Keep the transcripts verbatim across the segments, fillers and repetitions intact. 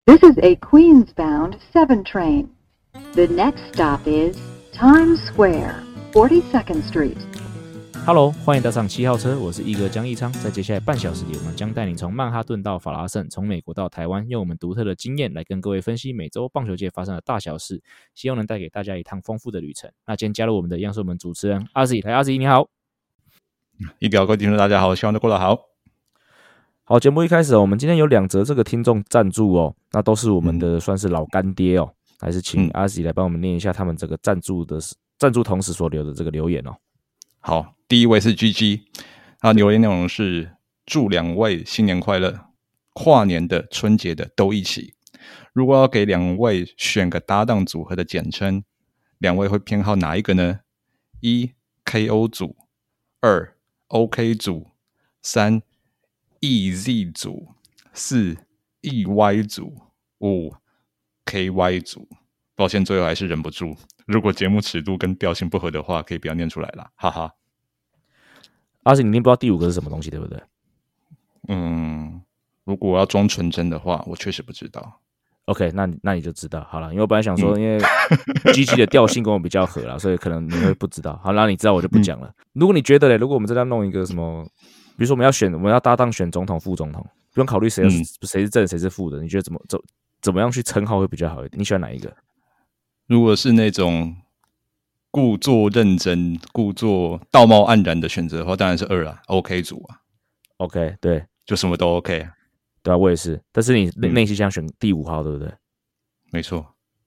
This is a Queens-bound seven train. The next stop is Times Square, forty-second Street.Hello， 欢迎搭上七号车，我是一哥江一昌。在接下来半小时里，我们将带你从曼哈顿到法拉盛，从美国到台湾，用我们独特的经验来跟各位分析美洲棒球界发生的大小事，希望能带给大家一趟丰富的旅程。那今天加入我们的一样是我们主持人阿 Z， 来阿 Z 你好。 一哥各位听众大家好，希望都过得好。 好，节目一开始、哦、我们今天有两则这个听众赞助哦，那都是我们的算是老干爹哦，还是请阿 Z 来帮我们念一下他们这个赞助的赞助同时所留的这个留言哦。 好，第一位是 G G， 他留言内容是祝两位新年快乐，跨年的春节的都一起。如果要给两位选个搭档组合的简称，两位会偏好哪一个呢？一 K O 组，二 OK 组，三 E Z 组，四 E Y 组，五 K Y 组。抱歉，最后还是忍不住。如果节目尺度跟调性不合的话，可以不要念出来啦，哈哈。 阿信，你念不知道第五个是什么东西，对不对？ 嗯，如果我要装纯真的话，我确实不知道。 OK， 那那你就知道好了。因为我本来想说，因为 G G 的调性跟我比较合啦，所以可能你会不知道。好，那你知道我就不讲了。嗯、如果你觉得嘞，如果我们这样弄一个什么，比如说我们要选，我们要搭档选总统、副总统，不用考虑谁、嗯、谁是正谁是副的，你觉得怎么怎怎么样去称号会比较好一点？你喜欢哪一个？ 如果是那种故作认真、故作道貌岸然的选择的话，当然是二啊 ，OK 组啊 ，OK， 对， 就什么都 OK 啊， 对啊，我也是。但是你内心想选第五号，对不对？ 没错。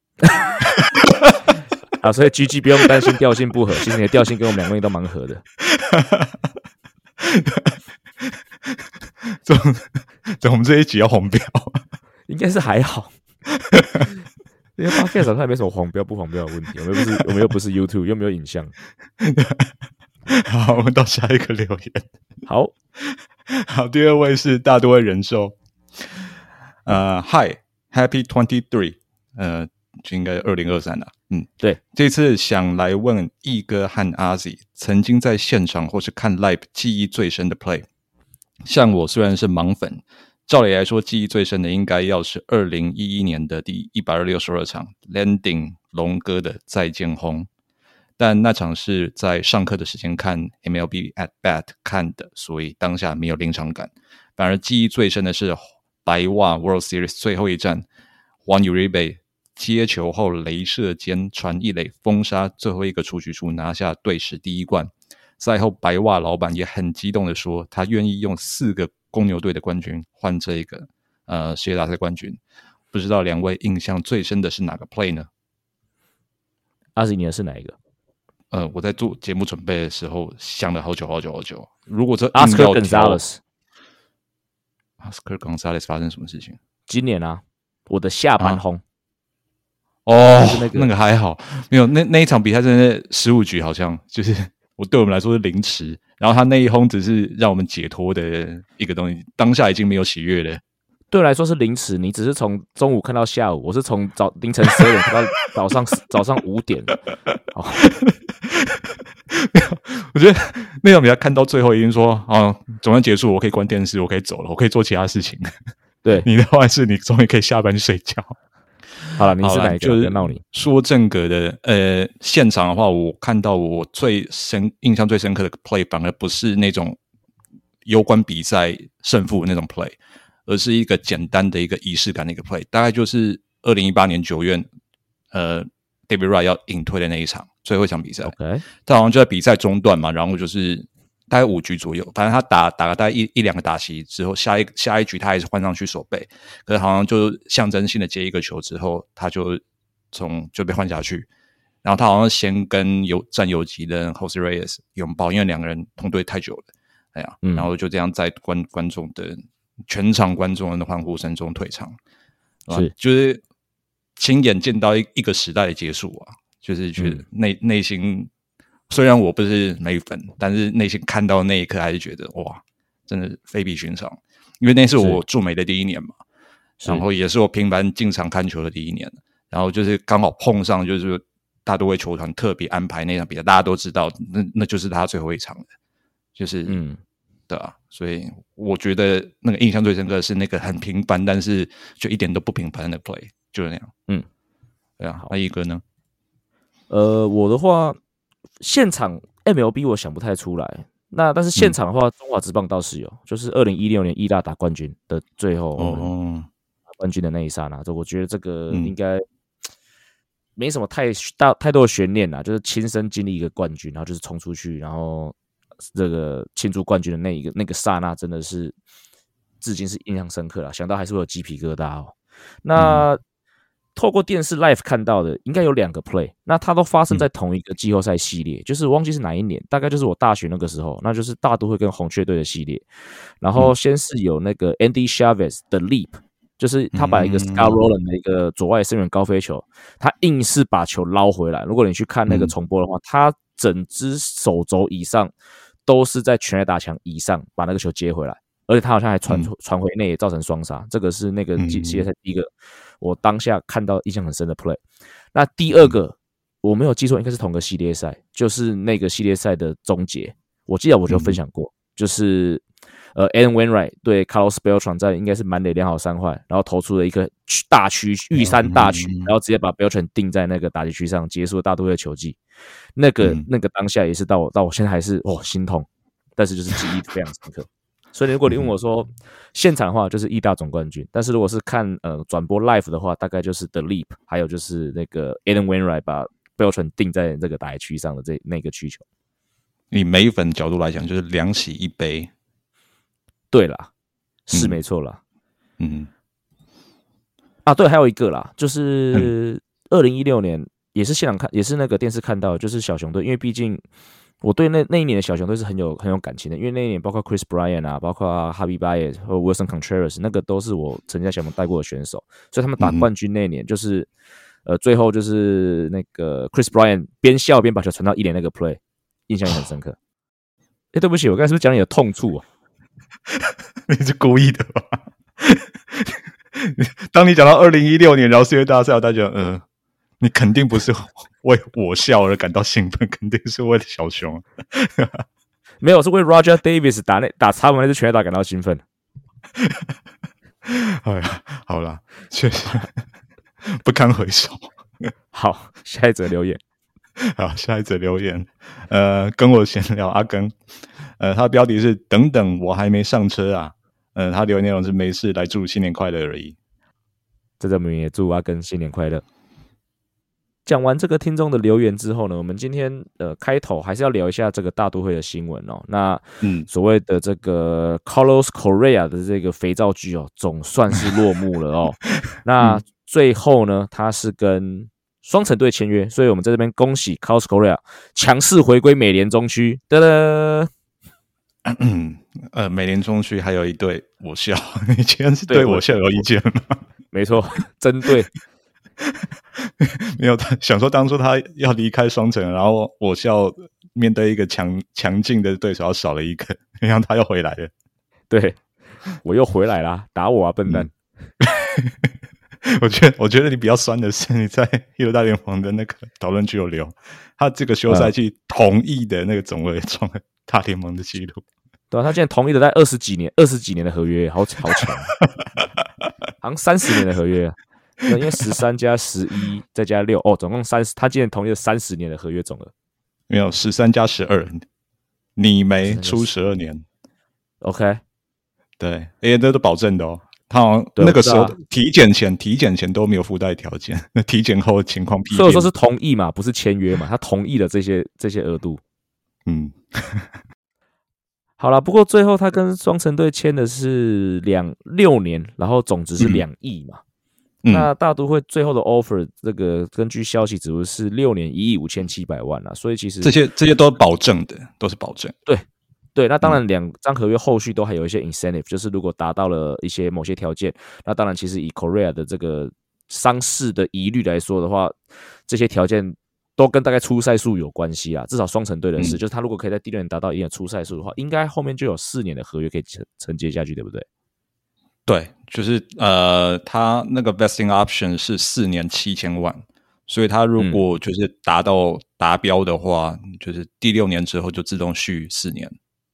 啊，所以 G G 不用担心调性不合，其实你的调性跟我们两位都蛮合的。 这这我们这一集要黄标， 应该是还好。因为 Podcast 它也没什么黄标不黄标的问题，我们又不是我们又不是 YouTube， 又没有影像。 好，我们到下一个留言。 好， 好，第二位是大多人寿。呃 ，Hi Happy Twenty Three， 呃，就应该二零二三了。嗯， 对， 这次想来问易哥和阿 Z 曾经在现场或是看 Live 记忆最深的 Play。像我虽然是盲粉。照理来说，记忆最深的应该要是二零一一年的第一百六十二场 Landing 龙哥的再见轰，但那场是在上课的时间看 M L B at Bat 看的，所以当下没有临场感。反而记忆最深的是白袜 World Series 最后一战 Juan Uribe 接球后雷射肩传一垒封杀，最后一个出局数拿下队史第一冠。赛后白袜老板也很激动的说，他愿意用四个公牛队的冠军换这一个呃世界大赛冠军。不知道两位印象最深的是哪个 play 呢？ 阿 Z 你的是哪一个？ 呃，我在做节目准备的时候想了好久好久好久。如果这 Oscar Gonzalez Oscar Gonzalez 发生什么事情？ 今年啊，我的下盘轰、 啊、哦、那個，那个还好，没有那那一场比赛真的十五局好像就是我对我们来说是凌迟。然后他那一轰只是让我们解脱的一个东西，当下已经没有喜悦了。 对我来说是凌迟，你只是从中午看到下午，我是从早凌晨十二点看到早上早上五点。哦、 我觉得那场比赛看到最后已经说啊，总算结束，我可以关电视，我可以走了，我可以做其他事情。 对， 你的话是你终于可以下班睡觉。 好了，你是哪一个？ 就是闹你说正格的呃，现场的话，我看到我最深印象最深刻的 play， 反而不是那种攸关比赛胜负那种 play， 而是一个简单的一个仪式感的一个 play。大概就是二零一八年九月，呃 ，David Wright 要隐退的那一场最后一场比赛。 OK， 他好像就在比赛中段嘛，然后就是大概五局左右，反正他打打了大概一一两个打席之后，下一下一局他还是换上去守备，可是好像就象征性的接一个球之后，他就从就被换下去，然后他好像先跟有占游击的 Jose Reyes 拥抱，因为两个人同队太久了，哎呀，嗯、然后就这样在观观众的全场观众的欢呼声中退场， 是就是亲眼见到一一个时代的结束啊，就是觉得内内、嗯、心。虽然我不是美粉，但是内心看到那一刻还是觉得哇，真的非比寻常。因为那是我驻美的第一年嘛，然后也是我频繁进场看球的第一年，然后就是刚好碰上就是大都会球团特别安排那场比赛，大家都知道那那就是他最后一场的，就是嗯对啊，所以我觉得那个印象最深刻的是那个很平凡，但是就一点都不平凡的 play， 就是那样。嗯，对啊。那一哥呢？ 呃，我的话，现场 M L B 我想不太出来。那但是现场的话，嗯、中华职棒倒是有，就是二零一六年义大打冠军的最后，哦，打冠军的那一刹那，我觉得这个应该没什么太大太多的悬念啦，就是亲身经历一个冠军，然后就是冲出去，然后这个庆祝冠军的那一个那个刹那，真的是至今是印象深刻啦，想到还是会有鸡皮疙瘩哦。那、嗯、透过电视 live 看到的，应该有两个 play， 那它都发生在同一个季后赛系列，嗯、就是我忘记是哪一年，大概就是我大学那个时候，那就是大都会跟红雀队的系列。然后先是有那个 Andy Chavez 的 leap。就是他把一个 Scott Rowland 的一个左外深远高飞球，他硬是把球捞回来。如果你去看那个重播的话，他整只手肘以上都是在全垒打墙以上把那个球接回来，而且他好像还传传回内野，造成双杀。这个是那个系列赛第一个我当下看到印象很深的 play。那第二个我没有记错，应该是同个系列赛，就是那个系列赛的终结。我记得我就分享过，就是。呃 ，Adam Wainwright 对 Carlos Beltran 在应该是满垒两好三坏，然后投出了一个大区玉山大区，然后直接把 Beltran 定在那个打击区上，结束了大都会的球季。那个、嗯、那个当下也是到我到我现在还是哦心痛，但是就是记忆非常深刻。所以如果你问我说现场的话，就是义大总冠军；但是如果是看呃转播 live 的话，大概就是 The Leap， 还有就是那个 Adam Wainwright 把 Beltran 定在这个打击区上的这那个需求。 以美粉角度来讲，就是两喜一悲。 对啦，是没错啦。 嗯，嗯啊，对，还有一个啦，就是二零一六年也是现场看，也是那个电视看到，就是小熊队，因为毕竟我对那那一年的小熊队是很有很有感情的，因为那一年包括 Chris Bryant 啊，包括 Javi Baez 和 Wilson Contreras， 那个都是我曾经在小熊带过的选手，所以他们打冠军那一年，就是、嗯、呃最后就是那个 Chris Bryant 边笑边把球传到一垒那个 play， 印象也很深刻。哎，对不起，我刚才是不是讲你的痛处啊？ 你是故意的吧？当你讲到二零一六年饶世界大赛，大家嗯、呃，你肯定不是为我笑而感到兴奋，肯定是为了小熊。 没有，是为 Roger Davis 打那打插门那支全垒打感到兴奋。 哎呀，好啦，确实不堪回首。 好，下一则留言。 好，下一则留言，呃，跟我闲聊阿根，呃，他的标题是等等我还没上车啊，呃，他留言内容是没事来祝新年快乐而已。 在这边也祝阿根新年快乐。讲完这个听众的留言之后呢，我们今天呃开头还是要聊一下这个大都会的新闻哦。那嗯，所谓的这个 Carlos Correa 的这个肥皂剧哦，总算是落幕了哦。那最后呢，他是跟双城队签约，所以我们在这边恭喜 Carlos Correa 强势回归美联中区。噔噔， 呃，美联中区还有一队我校，你今天是对我校有意见吗？ 没错，针对没有，想说当初他要离开双城，然后我校面对一个强强劲的对手，要少了一个，没想到他又回来了。 对，我又回来啦，打我啊，笨蛋！ 嗯我觉得，我觉得你比较酸的是你在一流大联盟的那个讨论区有留，他这个休赛季同意的那个总额创了大联盟的纪录。 对啊，他竟然同意了在二十几年、二十几年的合约，好好强，好像三十年的合约啊，因为十三加十一再加六，哦，总共三十，他竟然同意了三十年的合约总额。 没有十三加十二，你没出十二年。 OK， 对，因为这都保证的哦。他好像那个时候体检前、体检前都没有附带条件，那体检后的情况批， 所以说是同意嘛，不是签约嘛？他同意了这些这些额度。嗯，好啦，不过最后他跟双城队签的是两六年，然后总值是两亿嘛。嗯、那大都会最后的 offer， 这个根据消息指出是六年一亿五千七百万啦，所以其实这些这些都是保证的，都是保证。 对。对，那当然两张合约后续都还有一些 incentive， 就是如果达到了一些某些条件，那当然其实以 Correa 的这个伤势的疑虑来说的话，这些条件都跟大概出赛数有关系啊。至少双城队的是、嗯，就是他如果可以在第六年达到一定的出赛数的话，应该后面就有四年的合约可以承接下去，对不对？ 对，就是呃，他那个 vesting option 是四年七千万，所以他如果就是达到达标的话，嗯、就是第六年之后就自动续四年。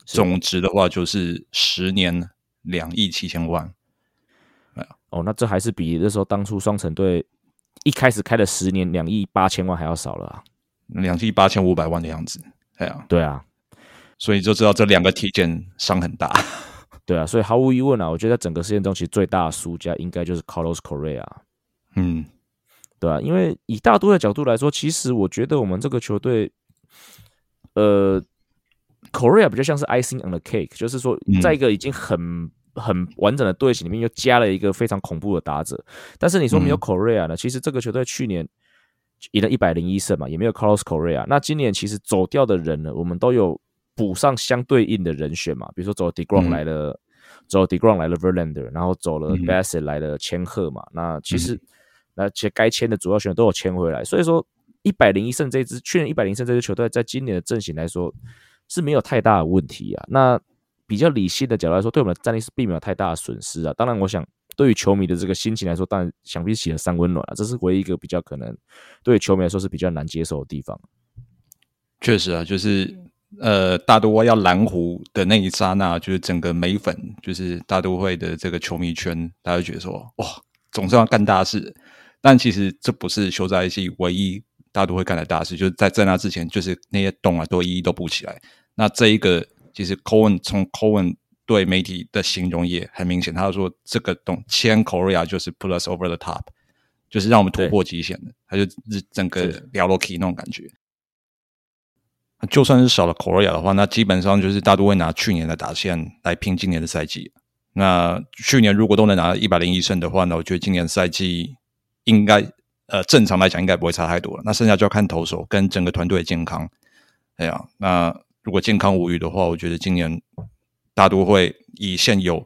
总值的话就是十年两亿七千万。 哦，那这还是比那时候当初双城队一开始开的十年两亿八千万还要少了啊， 两亿八千五百万的样子。对啊， 对啊， 所以就知道这两个体检伤很大。 对啊，所以毫无疑问啊，我觉得在整个事件中，其实最大的输家应该就是 Carlos Correa。 嗯， 对啊，因为以大都会的角度来说，其实我觉得我们这个球队，呃 ，Correa 比较像是 icing on the cake， 就是说，在一个已经很很完整的队形里面，又加了一个非常恐怖的打者。但是你说没有 Correa 呢？嗯、其实这个球队去年赢了一百零一胜嘛，也没有 Carlos Correa。那今年其实走掉的人呢，我们都有补上相对应的人选嘛，比如说走了 DeGrom 来了，嗯、走了 DeGrom 来了 Verlander， 然后走了 Bassett 来了千鹤嘛。那其实、嗯、那其实该签的主要选手都有签回来，所以说一百零一胜这支去年一百零一胜这支球队，在今年的阵型来说是没有太大的问题啊。那比较理性的角度来说，对我们的战力是并没有太大的损失啊。当然，我想对于球迷的这个心情来说，当然想必起了三温暖啊，这是唯一一个比较可能对于球迷来说是比较难接受的地方。 确实啊，就是呃，大都会要蓝湖的那一刹那，就是整个美粉，就是大都会的这个球迷圈，大家就觉得说，哇，总是要干大事。但其实这不是休赛季唯一大都会干的大事，就是在在那之前，就是那些洞啊都一一都补起来。那这一个。其实 Cohen 从 Cohen 对媒体的形容也很明显，他说这个懂签 Correa 就是 put us over the top， 就是让我们突破极限的，他就整个聊 Loki 那种感觉。就算是少了 Correa 的话，那基本上就是大都会拿去年的打线来拼今年的赛季。那去年如果都能拿一百零一胜的话呢，我觉得今年赛季应该呃正常来讲应该不会差太多了。那剩下就要看投手跟整个团队的健康。哎呀，那如果健康无虞的话，我觉得今年大都会以现有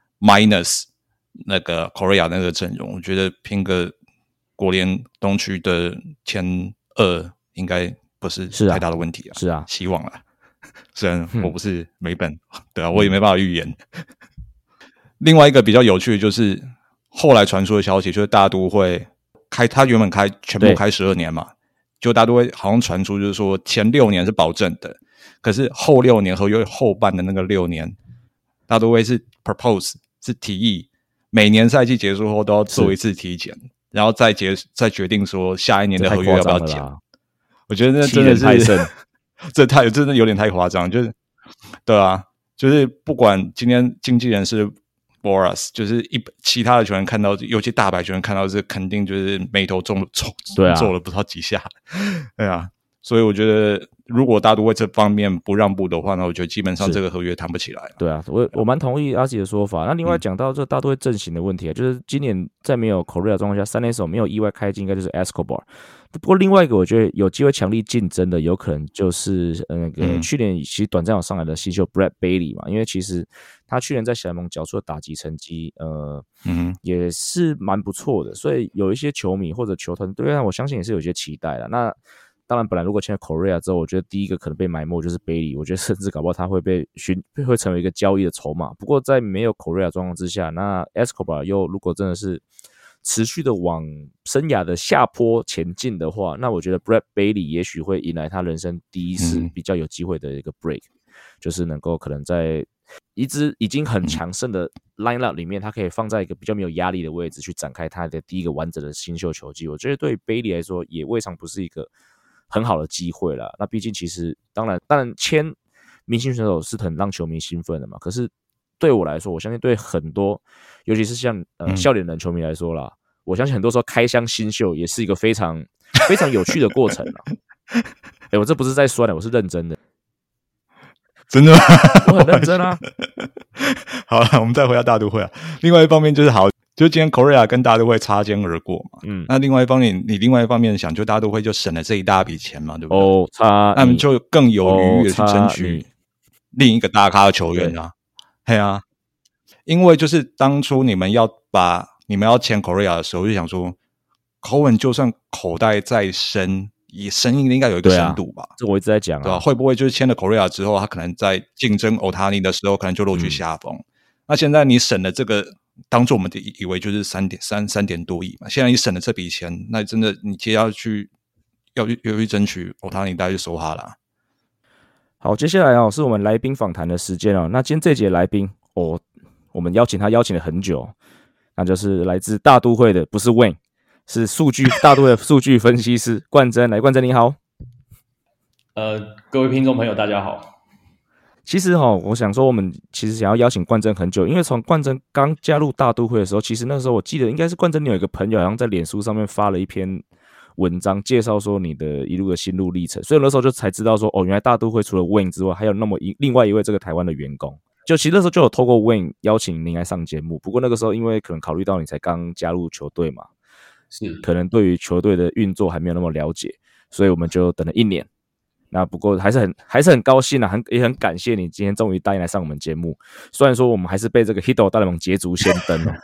minus 那个 Correa 那个阵容，我觉得拼个国联东区的前二应该不是太大的问题啊。 是啊， 希望啦。虽然我不是美本，嗯、对啊，我也没办法预言。另外一个比较有趣的就是后来传出的消息，就是大都会开，他原本开全部开十二年嘛，就大都会好像传出就是说前六年是保证的。可是后六年合约后半的那个六年，大都会是 propose 是提议，每年赛季结束后都要做一次体检，然后再决再决定说下一年的合约要不要减。我觉得那真的是太深， 这太真的有点太夸张，就是对啊，就是不管今天经纪人是 Boras， 就是一其他的球员看到，尤其大牌球员看到是肯定就是眉头皱皱皱了不知道几下，对啊，所以我觉得。如果大都会这方面不让步的话呢，我觉得基本上这个合约谈不起来。 对啊，我我蛮同意阿吉的说法。那另外讲到这大都会阵型的问题啊，嗯、就是今年在没有 Correa 的状况下，三垒手没有意外开机，应该就是 Escobar。不过另外一个我觉得有机会强力竞争的，有可能就是呃那个、嗯、去年其实短暂有上来的新秀 Brett Bailey 嘛，因为其实他去年在小联盟缴出的打击成绩，呃，嗯、也是蛮不错的，所以有一些球迷或者球团对他，我相信也是有些期待的。那当然，本来如果签了 Correa 之后，我觉得第一个可能被埋没就是 Bailey， 我觉得甚至搞不好他会被寻会成为一个交易的筹码。不过在没有 Correa 状况之下，那 Escobar 又如果真的是持续的往生涯的下坡前进的话，那我觉得 Brett Bailey 也许会迎来他人生第一次比较有机会的一个 break，、嗯、就是能够可能在一支已经很强盛的 lineup 里面，他可以放在一个比较没有压力的位置去展开他的第一个完整的新秀球季。我觉得对 Bailey 来说也未尝不是一个很好的机会啦。那毕竟其实当然当然签明星选手是很让球迷兴奋的嘛，可是对我来说，我相信对很多尤其是像呃笑脸人球迷来说啦，我相信很多时候开箱新秀也是一个非常非常有趣的过程啦。欸，我这不是在酸的，我是认真的。 真的吗？ 我很认真啊。 好了，我们再回到大都会啊。另外一方面就是好，就今天 Correa 跟大都会擦肩而过嘛。嗯，那另外一方面，你另外一方面想，就大都会就省了这一大笔钱嘛，对不对？ 哦，差， 那么就更有余裕的去争取另一个大咖的球员啊。嘿啊，因为就是当初你们要把你们要签 Correa 的时候，就想说 Cohen 就算口袋再深。也声音应该有一个深度吧， 啊、这我一直在讲啊， 对吧？会不会就是签了 Correa 之后，他可能在竞争 Ohtani 的时候，可能就落去下风？嗯、那现在你省了这个，当初我们以为就是三点三三点多亿嘛，现在你省了这笔钱，那真的你接下去要要去争取 Ohtani， 大家就收他了。 好，接下来哦是我们来宾访谈的时间哦。那今天这节来宾哦，我们邀请他邀请了很久，那就是来自大都会的，不是 Wayne， 是数据大都会的数据分析师冠真。来，冠真你好。 呃，各位听众朋友，大家好。 其实哦，我想说，我们其实想要邀请冠真很久，因为从冠真刚加入大都会的时候，其实那时候我记得应该是冠真你有一个朋友，好像在脸书上面发了一篇文章，介绍说你的一路的心路历程，所以那时候就才知道说，哦，原来大都会除了 Wayne 之外，还有那么一另外一位这个台湾的员工。就其实那时候就有透过 Wayne 邀请您来上节目，不过那个时候因为可能考虑到你才刚加入球队嘛， 是可能对于球队的运作还没有那么了解，所以我们就等了一年。那不过还是很还是很高兴啊，很也很感谢你今天终于答应来上我们节目。虽然说我们还是被这个 Hito 大联盟捷足先登哦。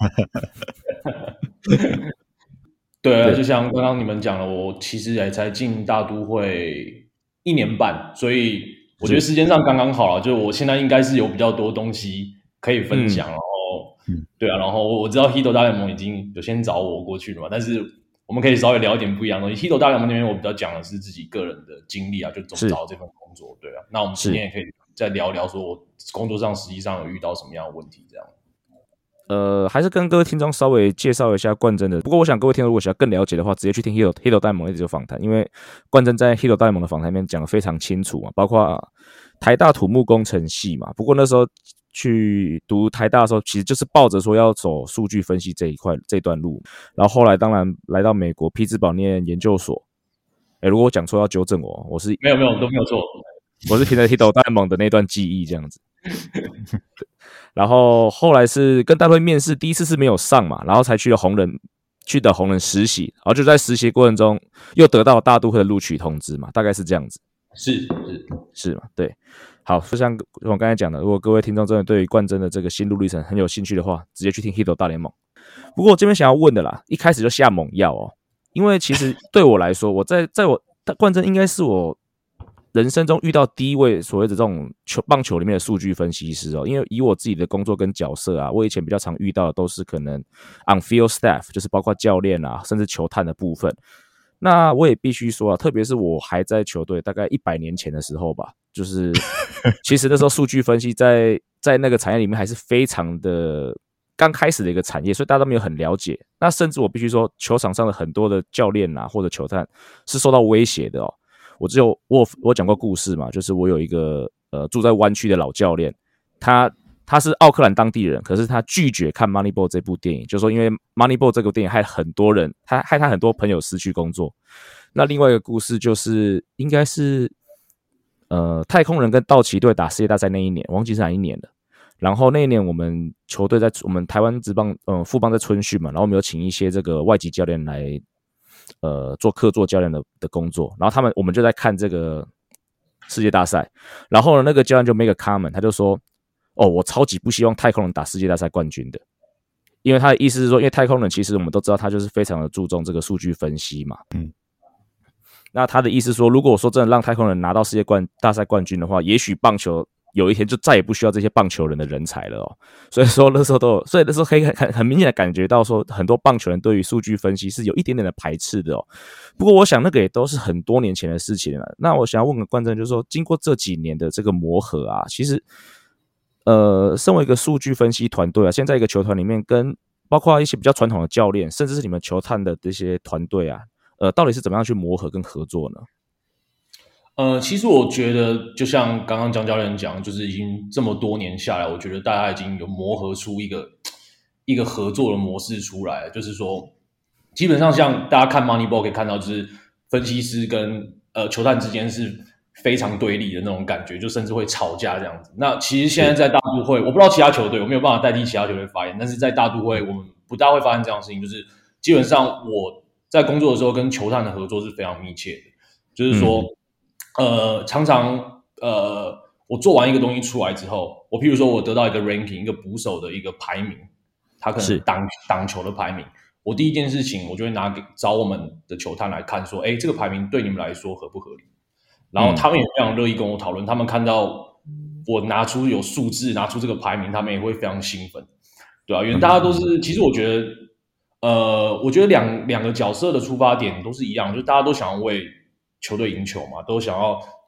对啊，就像刚刚你们讲了，我其实也才进大都会一年半，所以我觉得时间上刚刚好了。就我现在应该是有比较多东西可以分享，嗯、然后、嗯、对啊，然后我知道 Hito 大联盟已经有先找我过去了嘛，但是我们可以稍微聊一点不一样的东西。Hito 大联盟那边我比较讲的是自己个人的经历啊，就怎么找这份工作，对啊。那我们今天也可以再聊聊，说我工作上实际上有遇到什么样的问题，这样。 呃，还是跟各位听众稍微介绍一下冠真的。不过我想各位听众如果想要更了解的话，直接去听 Hito Hito 大联盟的这个访谈，因为冠真在 Hito 大联盟的访谈里面讲得非常清楚嘛，包括台大土木工程系嘛。不过那时候去读台大的时候，其实就是抱着说要走数据分析这一块这段路，然后后来当然来到美国匹兹堡念研究所。哎，如果我讲错要纠正我，我是没有没有都没有错， 我是凭着 Hito 大联盟的那段记忆这样子。然后后来是跟大都会面试，第一次是没有上嘛，然后才去了红人，去的红人实习，然后就在实习过程中又得到大都会的录取通知嘛，大概是这样子。 是是是嘛，对。好，就像我刚才讲的，如果各位听众真的对于冠真的这个心路历程很有兴趣的话，直接去听 Hito 大联盟。不过我这边想要问的啦，一开始就下猛药哦，因为其实对我来说，我在在我冠真应该是我人生中遇到第一位所谓的这种球棒球里面的数据分析师哦，因为以我自己的工作跟角色啊，我以前比较常遇到的都是可能 on field staff， 就是包括教练啊，甚至球探的部分。那我也必须说啊，特别是我还在球队大概一百年前的时候吧，就是其实那时候数据分析在在那个产业里面还是非常的刚开始的一个产业，所以大家都没有很了解。那甚至我必须说，球场上的很多的教练啊或者球探是受到威胁的哦。我只有我我讲过故事嘛，就是我有一个呃住在湾区的老教练，他他是奥克兰当地人，可是他拒绝看 Moneyball 这部电影，就是说因为 Moneyball 这个电影害很多人，他害他很多朋友失去工作。那另外一个故事就是应该是呃太空人跟道奇队打世界大赛那一年，我忘记是哪一年了。然后那一年我们球队在我们台湾职棒呃富邦在春训嘛，然后我们有请一些这个外籍教练来呃做客座教练的的工作，然后他们我们就在看这个世界大赛，然后呢那个教练就 make a comment， 他就说哦我超级不希望太空人打世界大赛冠军的，因为他的意思是说，因为太空人其实我们都知道他就是非常的注重这个数据分析嘛，嗯，那他的意思是说，如果说真的让太空人拿到世界冠大赛冠军的话，也许棒球有一天就再也不需要这些棒球人的人才了哦。所以说那时候都有，所以那时候可以很很明显的感觉到说，很多棒球人对于数据分析是有一点点的排斥的哦。不过我想那个也都是很多年前的事情了。那我想要问个观众，就是说，经过这几年的这个磨合啊，其实呃，身为一个数据分析团队啊，现在一个球团里面跟包括一些比较传统的教练，甚至是你们球探的这些团队啊，呃，到底是怎么样去磨合跟合作呢？ 呃，其实我觉得，就像刚刚江教练讲，就是已经这么多年下来，我觉得大家已经有磨合出一个一个合作的模式出来，就是说，基本上像大家看 Moneyball 可以看到，就是分析师跟呃球探之间是非常对立的那种感觉，就甚至会吵架这样子。那其实现在在大都会，我不知道其他球队，我没有办法代替其他球队发言，但是在大都会，我们不大会发生这样的事情，就是基本上我在工作的时候跟球探的合作是非常密切的，就是说。嗯呃，常常呃，我做完一个东西出来之后，我譬如说我得到一个 ranking， 一个捕手的一个排名，他可能挡挡球的排名，我第一件事情我就会拿给找我们的球探来看，说，哎，这个排名对你们来说合不合理？然后他们也非常乐意跟我讨论，他们看到我拿出有数字，拿出这个排名，他们也会非常兴奋，对啊，因为大家都是，其实我觉得，呃，我觉得两两个角色的出发点都是一样，就是大家都想要为球队赢球嘛，都想要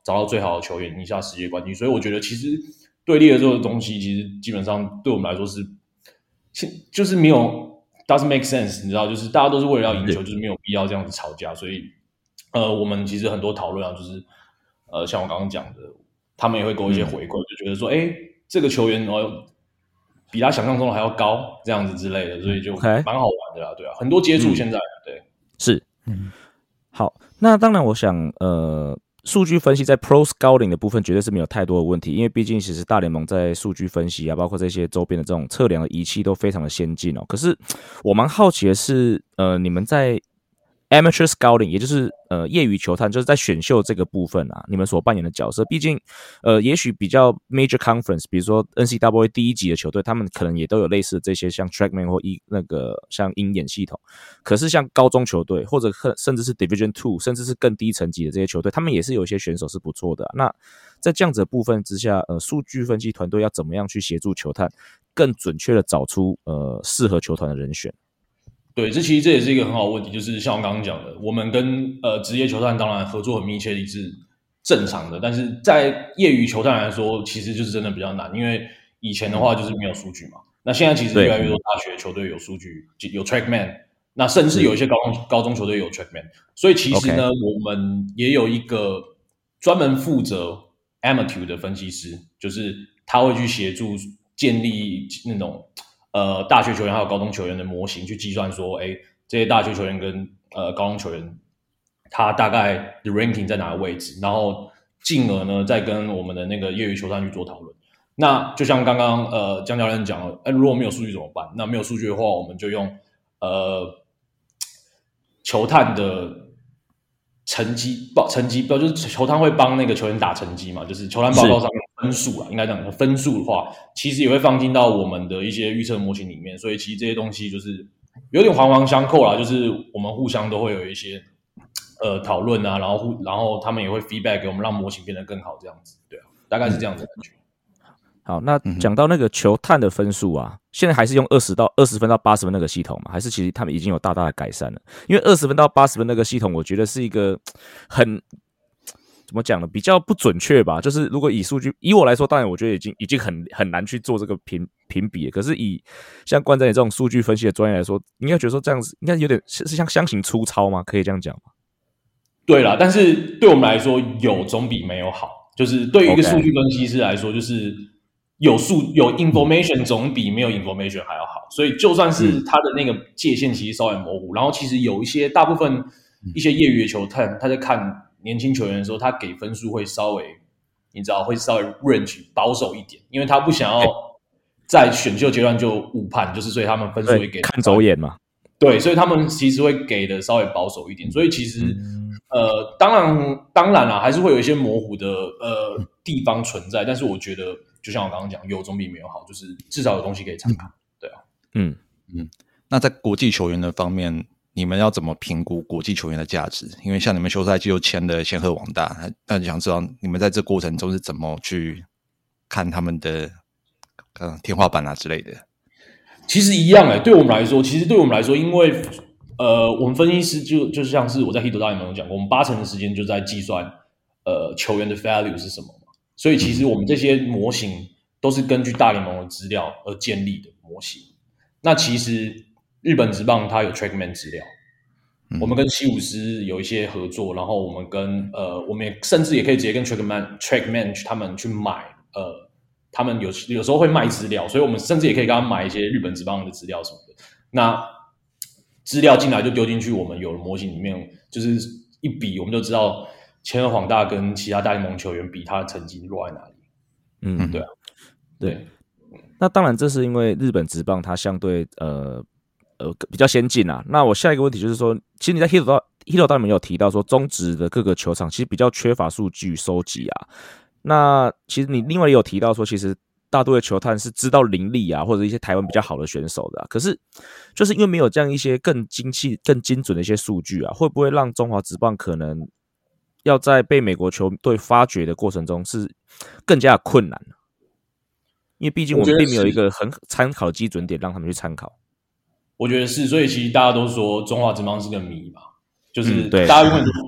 找到最好的球员，赢下世界冠军。所以我觉得其实队列的这个东西，其实基本上对我们来说是，就是没有 doesn't make sense， 你知道，就是大家都是为了要赢球，就是没有必要这样子吵架。所以呃，我们其实很多讨论啊，就是呃，像我刚刚讲的，他们也会给我一些回馈，嗯、就觉得说，哎，这个球员哦。比他想象中的还要高，这样子之类的，所以就蛮好玩的啦，对啊，很多接触现在、嗯、对是，嗯，好，那当然，我想，呃，数据分析在 Pro Scouting 的部分绝对是没有太多的问题，因为毕竟其实大联盟在数据分析啊，包括这些周边的这种测量的仪器都非常的先进哦。可是我蛮好奇的是，呃，你们在 Amateur Scouting， 也就是呃业余球探，就是在选秀这个部分啊，你们所扮演的角色，毕竟呃也许比较 Major Conference， 比如说 N C double A 第一级的球队，他们可能也都有类似的这些像 Trackman 或一那个像鹰眼系统。可是像高中球队或者甚至是 Division Two， 甚至是更低层级的这些球队，他们也是有一些选手是不错的、啊。那在这样子的部分之下，呃，数据分析团队要怎么样去协助球探，更准确的找出呃适合球团的人选？ 对，这其实这也是一个很好的问题，就是像我刚刚讲的，我们跟呃职业球探当然合作很密切也是正常的，但是在业余球探来说，其实就是真的比较难，因为以前的话就是没有数据嘛，那现在其实越来越多大学球队有数据，有 Trackman， 那甚至有一些高中高中球队有 Trackman， 所以其实呢， okay. 我们也有一个专门负责 Amateur 的分析师，就是他会去协助建立那种。呃，大学球员还有高中球员的模型去计算说，哎，这些大学球员跟呃高中球员，他大概的 ranking 在哪个位置，然后进而呢，再跟我们的那个业余球探去做讨论。那就像刚刚呃江教练讲了，哎，如果没有数据怎么办？那没有数据的话，我们就用呃球探的成绩报成绩报，就是球探会帮那个球员打成绩嘛，就是球探报告上面。分数啊，应该讲分数的话，其实也会放进到我们的一些预测模型里面，所以其实这些东西就是有点环环相扣啦，就是我们互相都会有一些呃讨论啊，然后互然后他们也会 feedback 给我们，让模型变得更好，这样子，对啊，大概是这样子的感觉。 好，那讲到那个球探的分数啊，现在还是用二十到二十分到八十分那个系统嘛？还是其实他们已经有大大的改善了？因为二十分到八十分那个系统，我觉得是一个很。怎么讲呢？比较不准确吧。就是如果以数据，以我来说，当然我觉得已经已经很很难去做这个评评比了。可是以像冠仔这种数据分析的专业来说，应该觉得说这样子应该有点是是像相形粗糙吗？可以这样讲吗？ 对啦，但是对我们来说，有总比没有好。就是对于一个数据分析师来说，就是有数有 information 总比没有 information 还要好。所以就算是他的那个界限其实稍微模糊，然后其实有一些大部分一些业余的球探，他在看。年轻球员的时候，他给分数会稍微，你知道，会稍微 range 保守一点，因为他不想要在选秀阶段就误判，就是所以他们分数会给看走眼嘛。 对，所以他们其实会给的稍微保守一点，所以其实、嗯、呃，当然当然啦，还是会有一些模糊的呃地方存在，但是我觉得，就像我刚刚讲，有总比没有好，就是至少有东西可以参考，对啊， 嗯嗯。那在国际球员的方面。你们要怎么评估国际球员的价值？因为像你们休赛季又签了仙鹤网大，那想知道你们在这过程中是怎么去看他们的呃天花板啊之类的。 其实一样哎、欸，对我们来说，其实对我们来说，因为呃，我们分析师就就像是我在 Hito 大联盟有讲过，我们八成的时间就在计算呃球员的 value 是什么嘛，所以其实我们这些模型都是根据大联盟的资料而建立的模型。那其实日本职棒它有 Trackman 资料，我们跟西武狮有一些合作，然后我们跟呃，我们也甚至也可以直接跟 Trackman Trackman 他们去买，呃，他们有有时候会卖资料，所以我们甚至也可以跟他们买一些日本职棒的资料什么的。那资料进来就丢进去，我们有的模型里面就是一比，我们就知道千鹤晃大跟其他大联盟球员比他的成绩落在哪里。 嗯， 对啊， 对。那当然，这是因为日本职棒它相对呃。呃，比较先进啊。那我下一个问题就是说，其实你在 Hito 大 Hito 大联盟有提到说，中职的各个球场其实比较缺乏数据收集啊。那其实你另外也有提到说，其实大多的球探是知道林立啊，或者一些台湾比较好的选手的、啊。可是就是因为没有这样一些更精细、更精准的一些数据啊，会不会让中华职棒可能要在被美国球队发掘的过程中是更加的困难？因为毕竟我们并没有一个很参考的基准点让他们去参考。 我觉得是，所以其实大家都说中华职棒是个谜嘛，就是大家永远都、嗯、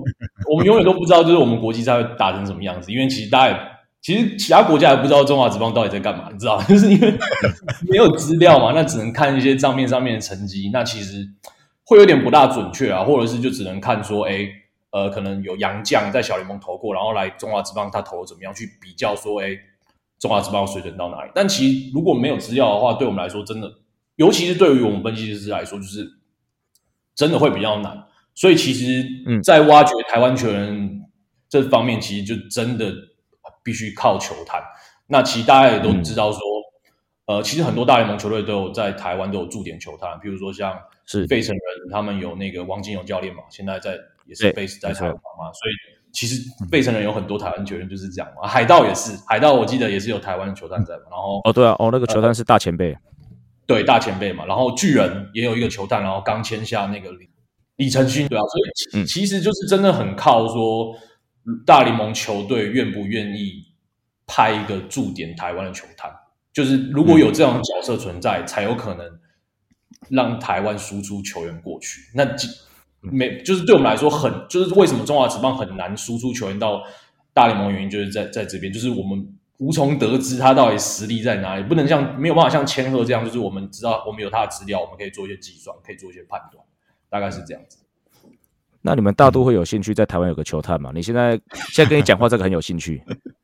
我们永远都不知道，就是我们国际赛会打成什么样子，因为其实大家也，其实其他国家也不知道中华职棒到底在干嘛，你知道吗？就是因为没有资料嘛，那只能看一些账面上面的成绩，那其实会有点不大准确啊，或者是就只能看说，哎，呃，可能有洋将在小联盟投过，然后来中华职棒他投的怎么样，去比较说，哎，中华职棒水准到哪里？但其实如果没有资料的话，对我们来说真的，尤其是对于我们分析师来说，就是真的会比较难。所以其实，在挖掘台湾球员这方面，其实就真的必须靠球探。那其实大家也都知道说，嗯、呃，其实很多大联盟球队都有在台湾都有驻点球探，比如说像费城人，他们有那个王金友教练嘛，现在在也是 base 在台湾嘛，所以其实费城人有很多台湾球员就是这样嘛。海盗也是，海盗我记得也是有台湾的球探在嘛。然后哦，对啊，哦，那个球探是大前辈、呃， 对，大前辈嘛。然后巨人也有一个球探，然后刚签下那个李承勋，对啊，所以其实就是真的很靠说大联盟球队愿不愿意派一个驻点台湾的球探，就是如果有这样的角色存在，才有可能让台湾输出球员过去。那没就是对我们来说很，就是为什么中华职棒很难输出球员到大联盟，原因就是在在这边，就是我们无从得知他到底实力在哪里，不能像没有办法像千鹤这样，就是我们知道我们有他的资料，我们可以做一些计算，可以做一些判断。大概是这样子。 那你们大都会有兴趣在台湾有个球探吗？你现在现在跟你讲话，这个很有兴趣。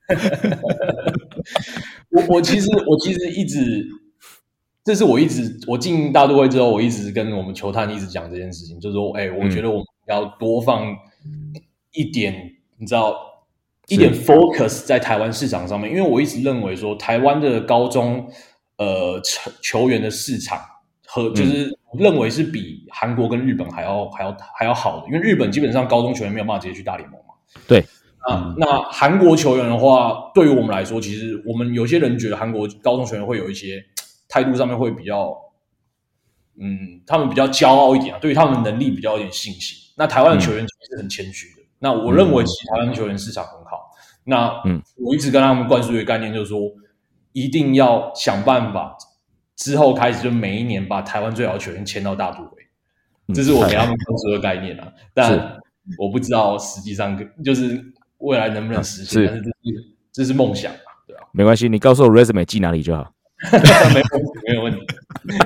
我我其实我其实一直，这是我一直我进大都会之后，我一直跟我们球探一直讲这件事情，就是说，哎、欸，我觉得我们要多放一点，嗯、你知道，一点 focus 在台湾市场上面，因为我一直认为说，台湾的高中呃球员的市场。和就是认为是比韩国跟日本还要还要还要好的，因为日本基本上高中球员没有办法直接去大联盟嘛。 对， 啊，那韩国球员的话，对于我们来说，其实我们有些人觉得韩国高中球员会有一些态度上面会比较，嗯，他们比较骄傲一点啊，对于他们的能力比较有点信心。那台湾的球员其实是很谦虚的。嗯、那我认为其实台湾球员市场很好。那嗯，我一直跟他们灌输一个概念，就是说一定要想办法。之后开始就每一年把台湾最好的球员签到大都会，这是我给他们灌输的概念啊。但我不知道实际上就是未来能不能实现，但是这是这是梦想嘛，对吧、啊？ 没关系，你告诉我 resume 寄哪里就好。 没问题，没有问题。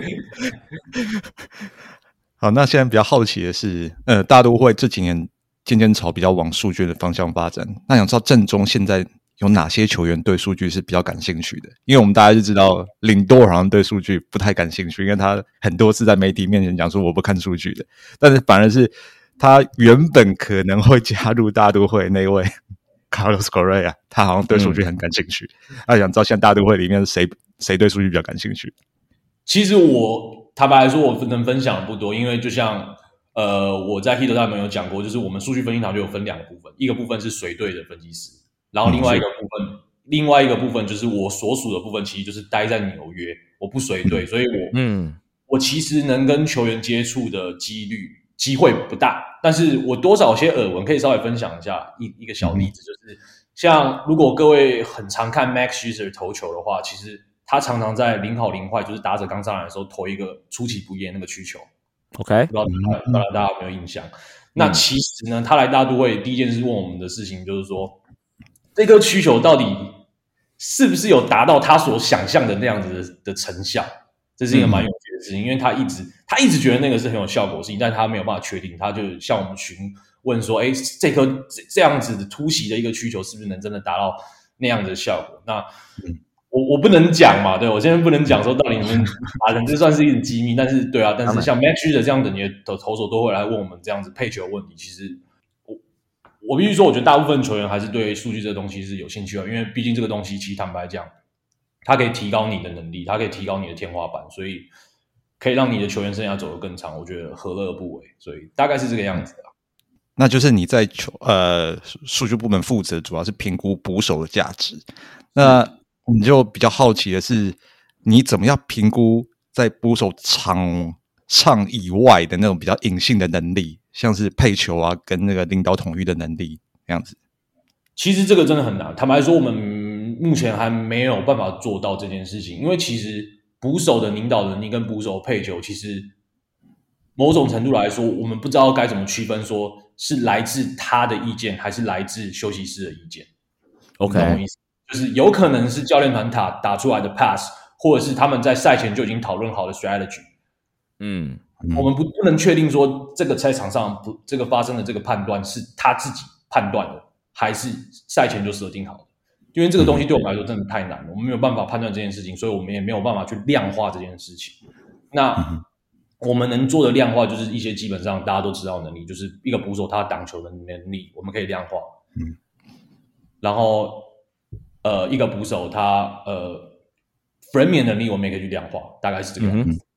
好，那现在比较好奇的是，呃，大都会这几年渐渐朝比较往数据的方向发展。那想知道正中现在有哪些球员对数据是比较感兴趣的？因为我们大家就知道领舵好像对数据不太感兴趣，因为他很多次在媒体面前讲说我不看数据的，但是反而是他原本可能会加入大都会那位 Carlos Correa， 他好像对数据很感兴趣。他、嗯、想知道现在大都会里面谁谁对数据比较感兴趣？ 其实我坦白来说，我能分享的不多，因为就像呃我在 Hito 上面有讲过，就是我们数据分析团就有分两个部分，一个部分是随队的分析师。然后另外一个部分、嗯，另外一个部分就是我所属的部分，其实就是待在纽约，我不随队，所以我嗯，我其实能跟球员接触的几率机会不大，但是我多少有些耳闻，可以稍微分享一下一一个小例子，就是像如果各位很常看 Max Scherzer 投球的话，其实他常常在零好零坏，就是打者刚上来的时候投一个出其不意的那个曲球 ，OK， 不知道大家大家有没有印象？嗯、那其实呢，他来大都会第一件事问我们的事情就是说。这颗曲球到底是不是有达到他所想象的那样子 的, 的成效？这是一个蛮有趣的事情，嗯、因为他一直他一直觉得那个是很有效果的事情，但他没有办法确定。他就向我们询问说：“哎，这颗这样子的突袭的一个曲球是不是能真的达到那样子的效果？”那、嗯、我我不能讲嘛，对我现在不能讲说到底你们达成，这算是一种机密。但是对啊，但是像 Max Scherzer 这样等级的投手都会来问我们这样子配球的问题，其实。我必须说，我觉得大部分球员还是对数据这个东西是有兴趣的，因为毕竟这个东西其实坦白讲，它可以提高你的能力，它可以提高你的天花板，所以可以让你的球员生涯走得更长。我觉得何乐而不为？所以大概是这个样子的。 那就是你在球呃数据部门负责，主要是评估捕手的价值。那我们就比较好奇的是，你怎么样评估在捕手场上以外的那种比较隐性的能力？像是配球啊，跟那个领导统御的能力这样子。 其实这个真的很难。坦白说，我们目前还没有办法做到这件事情，因为其实捕手的领导能力跟捕手配球，其实某种程度来说，我们不知道该怎么区分说是来自他的意见，还是来自休息室的意见 ？OK， 懂我意思？就是有可能是教练团打打出来的 pass， 或者是他们在赛前就已经讨论好的 strategy。 嗯， 我们不不能确定说这个在场上不这个发生的这个判断是他自己判断的，还是赛前就设定好的。因为这个东西对我们来说真的太难了，我们没有办法判断这件事情，所以我们也没有办法去量化这件事情。那我们能做的量化就是一些基本上大家都知道的能力，就是一个捕手他挡球的能力，我们可以量化。嗯，然后呃，一个捕手他呃 framing 的能力，我们也可以去量化，大概是这个样子。嗯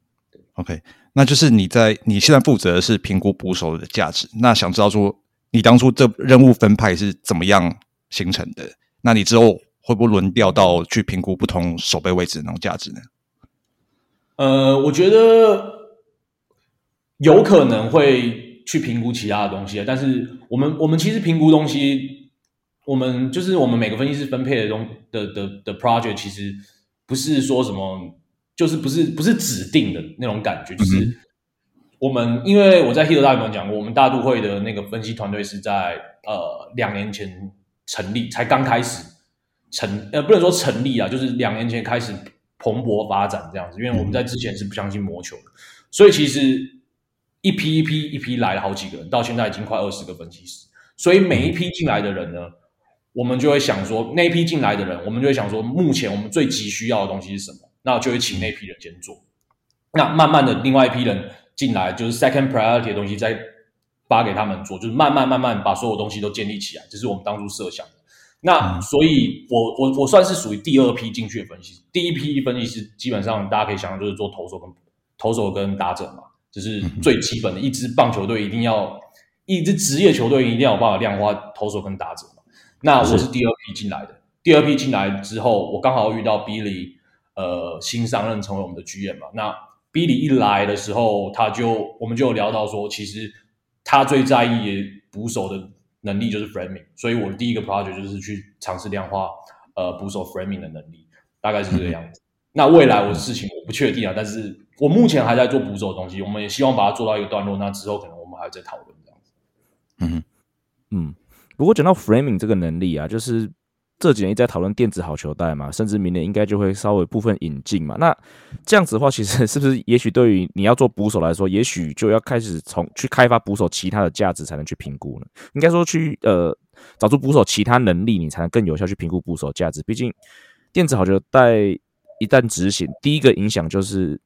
OK， 那就是你在你现在负责的是评估捕手的价值。那想知道说，你当初这任务分派是怎么样形成的？那你之后会不会轮调到去评估不同守备位置的那种价值呢？ 呃，我觉得有可能会去评估其他的东西，但是我们我们其实评估东西，我们就是我们每个分析师分配的东的的的 project， 其实不是说什么。就是不是不是指定的那种感觉，就是我们因为我在 Hito 大联盟讲过，我们大都会的那个分析团队是在呃两年前成立，才刚开始成呃不能说成立啊，就是两年前开始蓬勃发展这样子，因为我们在之前是不相信魔球的，所以其实一批一批一批来了好几个人，到现在已经快二十个分析师，所以每一批进来的人呢，我们就会想说，那一批进来的人，我们就会想说，目前我们最急需要的东西是什么？那就会请那批人先做，那慢慢的另外一批人进来，就是 second priority 的东西再发给他们做，就是慢慢慢慢把所有东西都建立起来，这是我们当初设想的。那所以我我我算是属于第二批进去的分析师，第一批分析师基本上大家可以想象就是做投手跟投手跟打者嘛，就是最基本的，一支棒球队一定要，一支职业球队一定要有办法量化投手跟打者嘛。那我是第二批进来的，第二批进来之后，我刚好遇到 Billy。呃，新上任成为我们的 G M 嘛，那 Billy 一来的时候，他就我们就有聊到说，其实他最在意的捕手的能力就是 framing， 所以我的第一个 project 就是去尝试量化呃捕手 framing 的能力，大概是这个样子。那未来我的事情我不确定啊，但是我目前还在做捕手的东西，我们也希望把它做到一个段落，那之后可能我们还会再讨论这样子。 嗯嗯，不过讲到 framing 这个能力啊，就是这几年一直在讨论电子好球带嘛，甚至明年应该就会稍微部分引进嘛。那这样子的话，其实是不是也许对于你要做捕手来说，也许就要开始从去开发捕手其他的价值才能去评估呢？应该说去呃找出捕手其他能力，你才能更有效去评估捕手价值。毕竟电子好球带一旦执行，第一个影响就是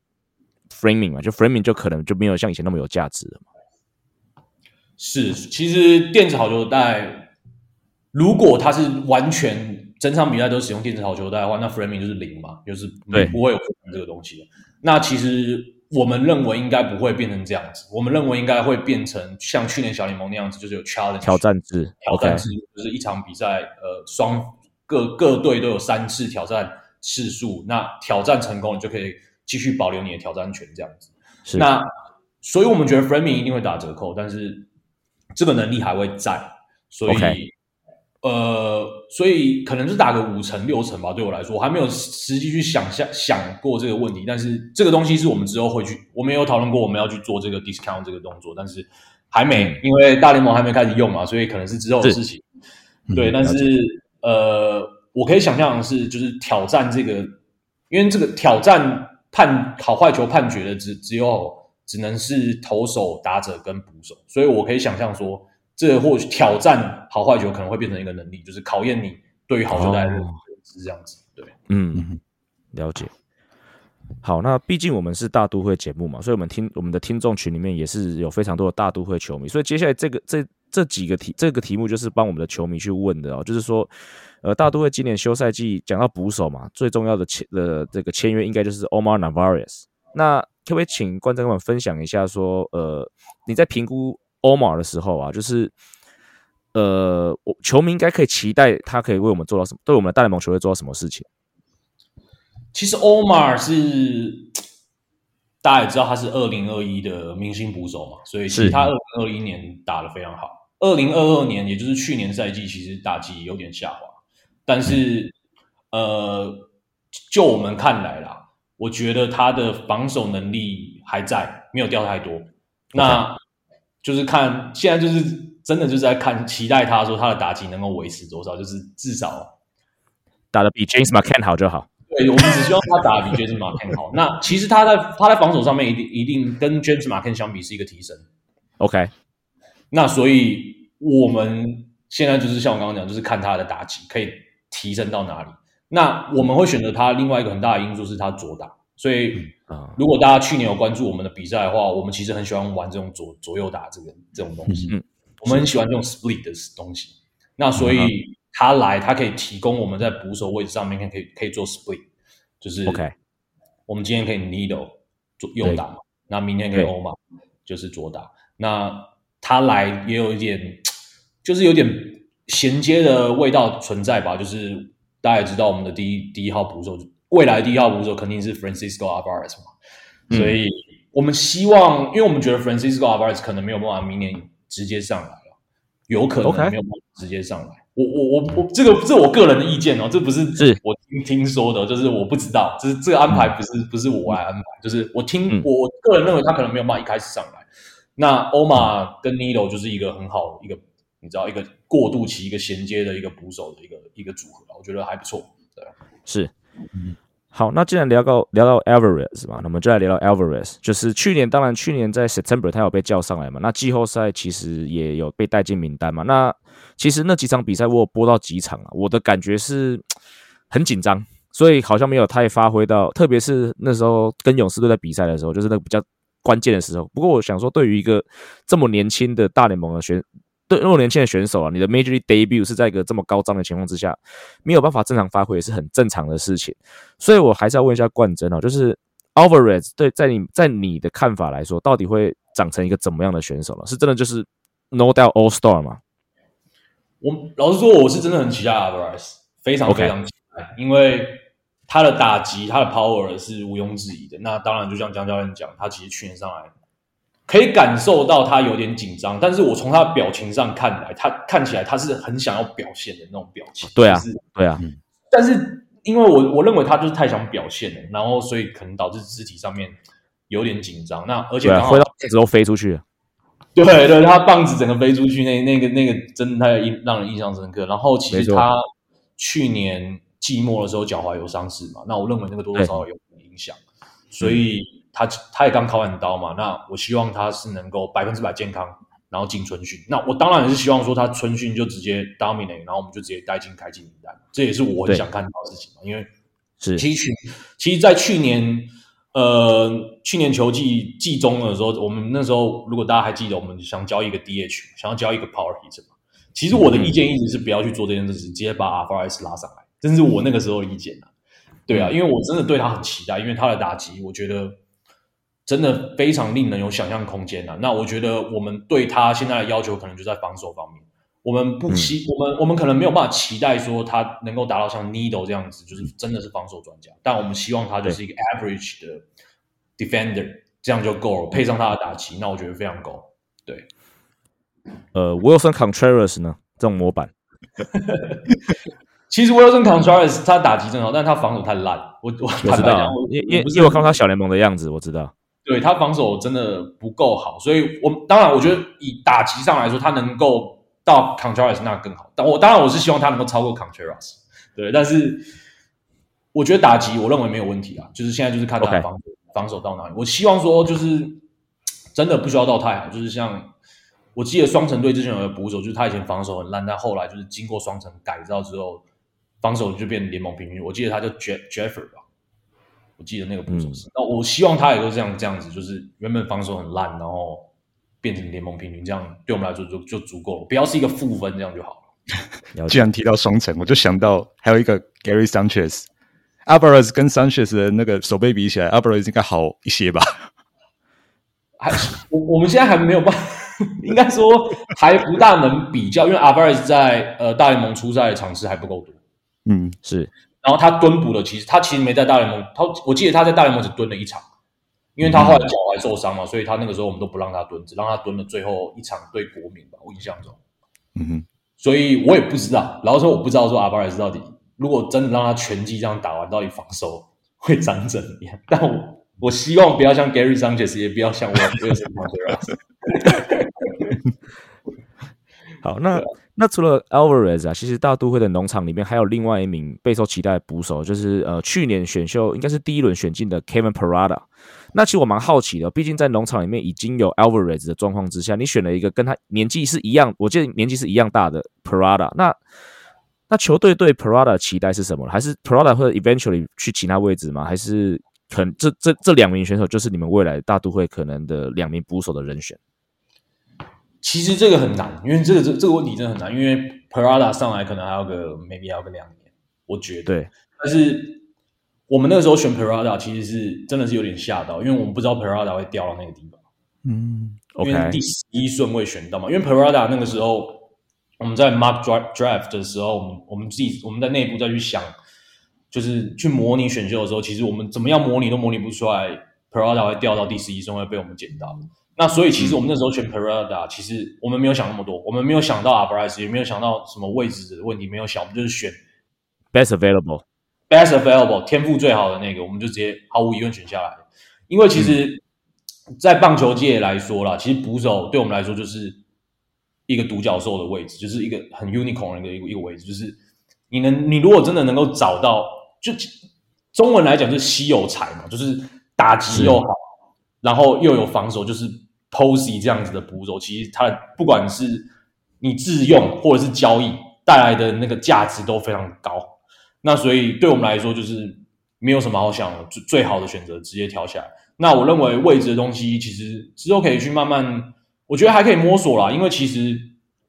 framing 嘛，就 framing 就可能就没有像以前那么有价值了嘛。 是，其实电子好球带。如果他是完全整场比赛都使用电子好球带的话，那 framing 就是零嘛，就是不会有 framing 这个东西的。那其实我们认为应该不会变成这样子，我们认为应该会变成像去年小联盟那样子，就是有 challenge 挑战制， 挑战制就是一场比赛，呃，双各各队都有三次挑战次数，那挑战成功，你就可以继续保留你的挑战权，这样子。那所以我们觉得 framing 一定会打折扣，但是这个能力还会在，所以。Okay.呃，所以可能就打个五成六成吧。对我来说，我还没有实际去想象想过这个问题。但是这个东西是我们之后会去，我们也有讨论过，我们要去做这个 discount 这个动作，但是还没，因为大联盟还没开始用嘛，所以可能是之后的事情。对，但是呃，我可以想象的是，就是挑战这个，因为这个挑战判好坏球判决的只只有只能是投手、打者跟捕手，所以我可以想象说。这或许挑战好坏球可能会变成一个能力，就是考验你对于好球带的认知，这样子。对， 嗯，了解。好，那毕竟我们是大都会节目嘛，所以我们听我们的听众群里面也是有非常多的大都会球迷，所以接下来这个这这几个题这个题目就是帮我们的球迷去问的哦，就是说，呃，大都会今年休赛季讲到捕手嘛，最重要的签的这个签约应该就是 Omar Narvaez。那可不可以请观众跟我们分享一下说，呃，你在评估Omar 的时候啊，就是呃，球迷应该可以期待他可以为我们做到什么，对我们的大联盟球队做到什么事情？ 其实 Omar 是大家也知道他是二零二一的明星捕手嘛，所以其实他二零二一年打得非常好。二零二二年也就是去年赛季，其实打击有点下滑，但是呃，就我们看来啦，我觉得他的防守能力还在，没有掉太多。那就是看现在就是真的就是在看期待他说他的打击能够维持多少，就是至少打得比 James McCann 好就好。 对，我们只希望他打得比 James McCann 好。那其实他在他在防守上面一定一定跟 James McCann 相比是一个提升。 OK， 那所以我们现在就是像我刚刚讲，就是看他的打击可以提升到哪里。那我们会选择他另外一个很大的因素是他左打，所以如果大家去年有关注我们的比赛的话，我们其实很喜欢玩这种左左右打这个这种东西，嗯、我们很喜欢这种 split 的东西。那所以他来，他可以提供我们在捕手位置上面可以可以做 split， 就是 OK， 我们今天可以 Needle 做右打嘛，那明天可以 Oma 就是左打。那他来也有一点，就是有点衔接的味道存在吧，就是大家也知道我们的第一第一号捕手，未来的第一号捕手肯定是 Francisco Alvarez 嘛，嗯、所以我们希望，因为我们觉得 Francisco Alvarez 可能没有办法明年直接上来了，有可能没有办法直接上来。Okay. 我我我我这个这是我个人的意见哦，这不是我听听说的，就是我不知道，就是这个安排不是不是我来安排，就是我听、嗯、我个人认为他可能没有办法一开始上来。那 Oma 跟 Needle 就是一个很好一个，你知道一个过渡期一个衔接的一个捕手的一个一个组合，我觉得还不错。对， 是，嗯，好，那既然聊到聊到 Alvarez 嘛，那我们就来聊聊 Alvarez。就是去年，当然去年在 September 他有被叫上来嘛，那季后赛其实也有被带进名单嘛。那其实那几场比赛我有播到几场啊，我的感觉是很紧张，所以好像没有太发挥到，特别是那时候跟勇士队在比赛的时候，就是那个比较关键的时候。不过我想说，对于一个这么年轻的大联盟的选，对那么年轻的选手啊，你的 Major League Debut 是在一个这么高涨的情况之下，没有办法正常发挥也是很正常的事情。所以我还是要问一下冠真哦，就是 Alvarez 对在你在你的看法来说，到底会长成一个怎么样的选手呢？是真的就是 No Doubt All Star 吗？ 我老实说，我是真的很期待 Alvarez， 非常非常期待， okay. 因为他的打击、他的 power 是毋庸置疑的。那当然，就像江教练讲，他其实去年上来可以感受到他有点紧张，但是我从他的表情上看来，他看起来他是很想要表现的那种表情。 对啊， 就是、 对啊。 但是因为我我认为他就是太想表现了，然后所以可能导致肢体上面有点紧张。那而且刚好挥到棒子都飞出去了。 对对，他棒子整个飞出去，那那个那个真的太让人印象深刻。然后其实他去年季末的时候脚踝有伤势嘛，那我认为那个多多少少有影响，所以他他也刚考完刀嘛。那我希望他是能够百分之百健康，然后进春训。那我当然也是希望说他春训就直接 dominate， 然后我们就直接带进开进名单，这也是我很想看到的事情嘛。因为是其实其实，在去年。呃，去年球季季中的时候，我们那时候如果大家还记得，我们想交易一个 D H， 想要交易一个 power hitter 嘛。其实我的意见一直是不要去做这件事情，直接把 Alvarez 拉上来，这是我那个时候的意见啊。对啊，因为我真的对他很期待，因为他的打击，我觉得真的非常令人有想象空间啊。那我觉得我们对他现在的要求可能就在防守方面。我们不期，嗯、我们我们可能没有办法期待说他能够达到像 Needle 这样子，就是真的是防守专家。但我们希望他就是一个 average 的 defender， 这样就够了。配上他的打击，那我觉得非常够。对， 呃 ，Wilson Contreras 呢？这种模板， 其实 Wilson Contreras 他打击真好，但他防守太烂。我我我知道，因因因为我看到他小联盟的样子，我知道。 对，他防守真的不够好，所以我当然我觉得以打击上来说，他能够到 Contreras 那更好，但我当然我是希望他能够超过 Contreras， 对，但是我觉得打击我认为没有问题啊，就是现在就是看他的防守、okay. 防守到哪里。我希望说就是真的不需要到太好，就是像我记得双城队之前有个捕手，就是他以前防守很烂，但后来就是经过双城改造之后，防守就变联盟平均。我记得他叫 Jeffer 吧，我记得那个捕手是。那、嗯、我希望他也都这样这样子，就是原本防守很烂，然后变成联盟平均，这样对我们来说就就足够了，不要是一个负分，这样就好了。 既然提到双城，我就想到还有一个 Gary Sanchez。Alvarez 跟 Sanchez 的那个手背比起来 ，Alvarez 应该好一些吧？ 还我我们现在还没有办法，应该说还不大能比较，因为 Alvarez 在呃大联盟出赛的场次还不够多。 嗯，是。 然后他蹲捕的，其实他其实没在大联盟，他我记得他在大联盟只蹲了一场。因为他后来脚踝受伤嘛，所以他那个时候我们都不让他蹲，只让他蹲了最后一场对国民吧，我印象中。 嗯哼， 所以我也不知道，然后说我不知道说 Alvarez 到底如果真的让他全季这样打完，到底防守会长怎么样？但我我希望不要像 Gary Sanchez， 也不要像我 Wilson Contreras。 好，那、啊、那除了 Alvarez 啊，其实大都会的农场里面还有另外一名备受期待的捕手，就是呃去年选秀应该是第一轮选进的 Kevin Parada。那其实我蛮好奇的，毕竟在农场里面已经有 Alvarez 的状况之下，你选了一个跟他年纪是一样，我记得年纪是一样大的 Parada。那那球队对 Parada 的期待是什么？还是 Parada 会 eventually 去其他位置吗？还是可能这这这两名选手就是你们未来大都会可能的两名捕手的人选？ 其实这个很难，因为这个这这个问题真的很难，因为 Parada 上来可能还要个 maybe 还要个两年，我觉得。 对。 但是我们那个时候选 Parada 其实是真的是有点吓到，因为我们不知道 Parada 会掉到那个地方。 嗯 ，OK。 因为第十一顺位选到嘛，因为 Parada 那个时候我们在 mock draft 的时候，我们我们自己我们在内部再去想，就是去模拟选秀的时候，其实我们怎么样模拟都模拟不出来 Parada 会掉到第十一顺位被我们捡到。那所以其实我们那时候选 Parada， 其实我们没有想那么多，我们没有想到 Alvarez， 也没有想到什么位置的问题，没有想，我们就是选 best available。Best available 天赋最好的那个，我们就直接毫无疑问选下来。因为其实，在棒球界来说啦，其实捕手对我们来说就是一个独角兽的位置，就是一个很 unicorn 的一个一个位置，就是你能你如果真的能够找到，就中文来讲就是稀有才嘛，就是打击又好，然后又有防守，就是 Posey 这样子的捕手，其实他不管是你自用或者是交易带来的那个价值都非常高。那所以对我们来说就是没有什么好想的，最好的选择直接挑下来。那我认为位置的东西其实之后可以去慢慢，我觉得还可以摸索啦，因为其实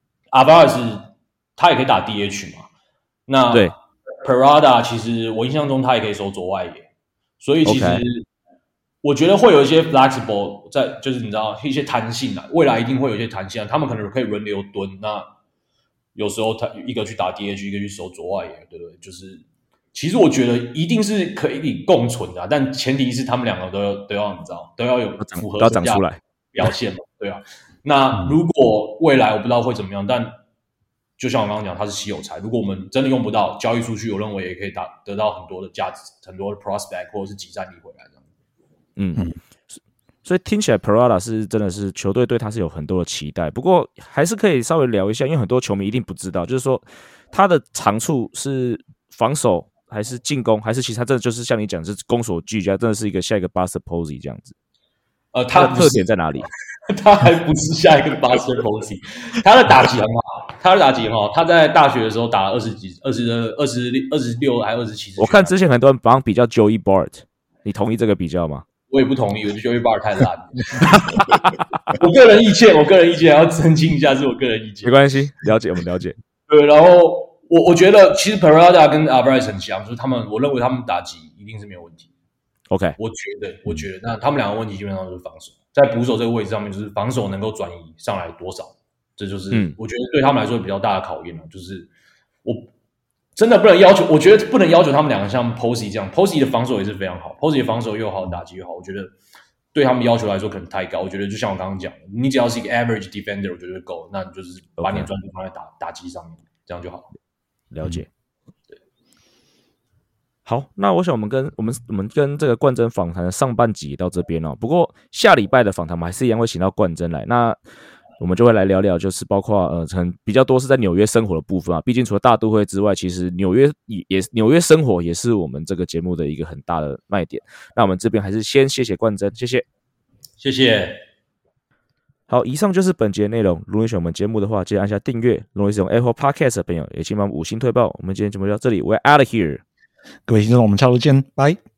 Alvarez 他也可以打 D H 嘛，那对 Parada 其实我印象中他也可以守左外野，所以其实 okay. 我觉得会有一些 flexible 在，就是你知道一些弹性啊，未来一定会有一些弹性啊，他们可能可以轮流蹲，那有时候他一个去打 D H， 一个去守左外野，对不对？就是其实我觉得一定是可以共存的、啊，但前提是他们两个都要都要你知道都要有符合身价表现嘛，对啊。那如果未来我不知道会怎么样，但就像我刚刚讲，它是稀有才，如果我们真的用不到，交易出去，我认为也可以打得到很多的价值，很多的 prospect 或者是即战力回来这样。 嗯嗯。所以听起来 Parada 是真的是球队对他是有很多的期待，不过还是可以稍微聊一下，因为很多球迷一定不知道，就是说他的长处是防守还是进攻，还是其实他真的就是像你讲，就是攻守俱佳，真的是一个下一个 Buster Posey 这样子。 呃，他的特点在哪里？ 他还不是下一个 Buster Posey， 他的打击很好，他的打击很好。他在大学的时候打了二十几、二十、二十、二十六还二十七。 我看之前很多人帮比较 Joey Bart， 你同意这个比较吗？ 我也不同意，我觉得 Joey Bart 太烂了。我个人意见，我个人意见要澄清一下，是我个人意见。 没关系，了解，我们了解。 对，然后我我觉得其实 Parada 跟 Alvarez 很像，就是他们，我认为他们打击一定是没有问题。 OK， 我觉得，我觉得，那他们两个问题基本上就是防守，在捕手这个位置上面，就是防守能够转移上来多少，这就是我觉得对他们来说比较大的考验了。就是我真的不能要求，我觉得不能要求他们两个像 Posey 这样 ，Posey 的防守也是非常好 ，Posey 的防守又好，打击又好，我觉得对他们要求来说可能太高。我觉得就像我刚刚讲的，你只要是一个 average defender， 我觉得就够了，那你就是把你的专注放在打打击上面，这样就好。 了解。好，那我想我们跟我们我们跟这个冠真访谈的上半集到这边哦。不过下礼拜的访谈我们还是一样会请到冠真来，那我们就会来聊聊，就是包括呃，很比较多是在纽约生活的部分啊。毕竟除了大都会之外，其实纽约也纽约生活也是我们这个节目的一个很大的卖点。那我们这边还是先谢谢冠真，谢谢， 谢谢。 好，以上就是本节内容。如果你喜欢我们节目的话，记得按下订阅。如果你是用 Apple Podcast 的朋友，也请帮我们五星推爆。我们今天节目就到这里 ，We're out of here。 各位听众，我们下周见，拜。